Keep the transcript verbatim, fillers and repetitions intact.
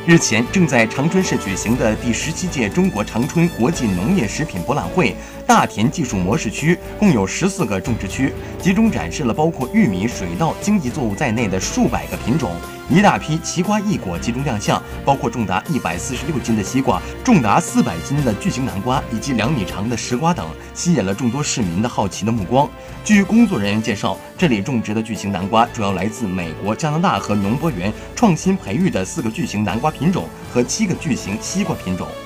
日前，正在长春市举行的第十七届中国长春国际农业食品博览会大田技术模式区共有十四个种植区，集中展示了包括玉米、水稻、经济作物在内的数百个品种。一大批奇瓜异果集中亮相，包括重达一百四十六斤的西瓜、重达四百斤的巨型南瓜以及两米长的石瓜等，吸引了众多市民的好奇的目光。据工作人员介绍，这里种植的巨型南瓜主要来自美国、加拿大和农博园创新培育的四个巨型南瓜品种和七个巨型西瓜品种。